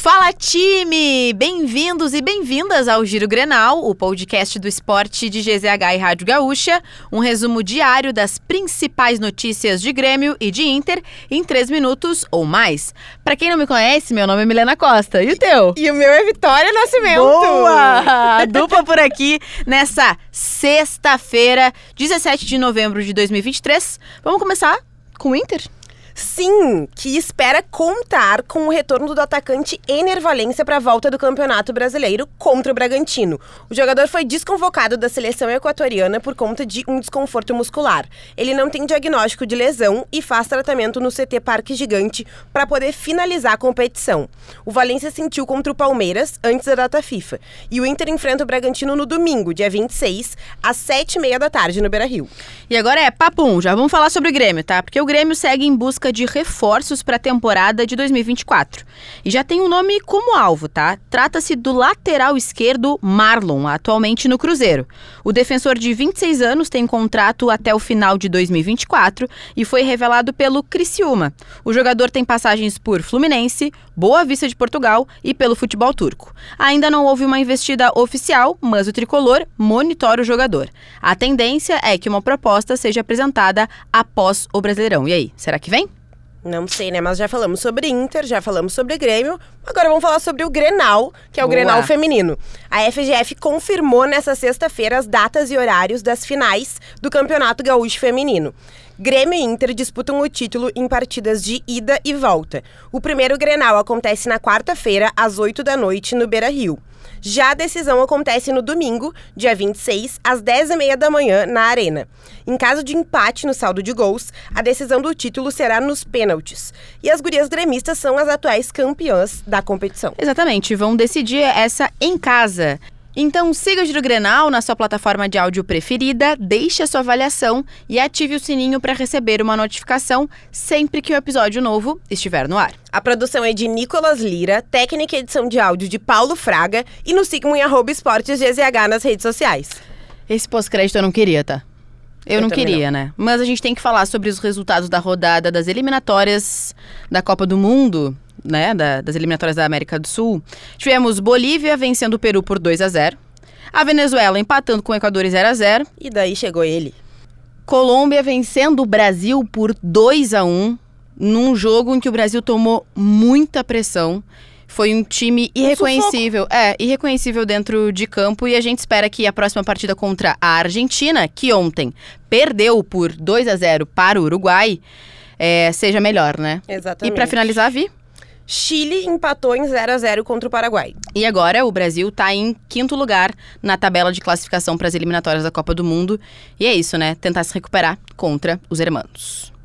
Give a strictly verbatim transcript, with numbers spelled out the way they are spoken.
Fala, time! Bem-vindos e bem-vindas ao Giro Grenal, o podcast do esporte de G Z H e Rádio Gaúcha, um resumo diário das principais notícias de Grêmio e de Inter em três minutos ou mais. Pra quem não me conhece, meu nome é Milena Costa. E o teu? E o meu é Vitória Nascimento. Boa! A dupla por aqui nessa sexta-feira, dezessete de novembro de dois mil e vinte e três. Vamos começar com o Inter? Sim, que espera contar com o retorno do atacante Ener Valencia para a volta do Campeonato Brasileiro contra o Bragantino. O jogador foi desconvocado da seleção equatoriana por conta de um desconforto muscular. Ele não tem diagnóstico de lesão e faz tratamento no C T Parque Gigante para poder finalizar a competição. O Valencia sentiu contra o Palmeiras antes da data FIFA. E o Inter enfrenta o Bragantino no domingo, dia vinte e seis, às sete e meia da tarde no Beira-Rio. E agora é papum, já vamos falar sobre o Grêmio, tá? Porque o Grêmio segue em busca de reforços para a temporada de dois mil e vinte e quatro. E já tem um nome como alvo, tá? Trata-se do lateral esquerdo Marlon, atualmente no Cruzeiro. O defensor de vinte e seis anos tem contrato até o final de dois mil e vinte e quatro e foi revelado pelo Criciúma. O jogador tem passagens por Fluminense, Boa Vista de Portugal e pelo futebol turco. Ainda não houve uma investida oficial, mas o tricolor monitora o jogador. A tendência é que uma proposta seja apresentada após o Brasileirão. E aí, será que vem? Não sei, né? Mas já falamos sobre Inter, já falamos sobre Grêmio. Agora vamos falar sobre o Grenal, que é o Boa. Grenal feminino. A F G F confirmou nessa sexta-feira as datas e horários das finais do Campeonato Gaúcho Feminino. Grêmio e Inter disputam o título em partidas de ida e volta. O primeiro Grenal acontece na quarta-feira, às oito da noite, no Beira-Rio. Já a decisão acontece no domingo, dia vinte e seis, às dez e meia da manhã, na Arena. Em caso de empate no saldo de gols, a decisão do título será nos pênaltis. E as gurias gremistas são as atuais campeãs da competição. Exatamente, vão decidir essa em casa. Então siga o Giro Grenal na sua plataforma de áudio preferida, deixe a sua avaliação e ative o sininho para receber uma notificação sempre que o episódio novo estiver no ar. A produção é de Nicolas Lira, técnica e edição de áudio de Paulo Fraga e nos sigam em arroba esportes G Z H nas redes sociais. Esse pós-crédito eu não queria, tá? Eu, eu não queria, não. né? Mas a gente tem que falar sobre os resultados da rodada das eliminatórias da Copa do Mundo, né, da, das eliminatórias da América do Sul. Tivemos Bolívia vencendo o Peru por dois a zero. A Venezuela empatando com o Equador zero a zero. E daí chegou ele. Colômbia vencendo o Brasil por dois a um, num jogo em que o Brasil tomou muita pressão. Foi um time irreconhecível, um é, irreconhecível dentro de campo e a gente espera que a próxima partida contra a Argentina, que ontem perdeu por dois a zero para o Uruguai, é, seja melhor, né? Exatamente. E para finalizar, Vi? Chile empatou em zero a zero contra o Paraguai. E agora o Brasil está em quinto lugar na tabela de classificação para as eliminatórias da Copa do Mundo. E é isso, né? Tentar se recuperar contra os hermanos.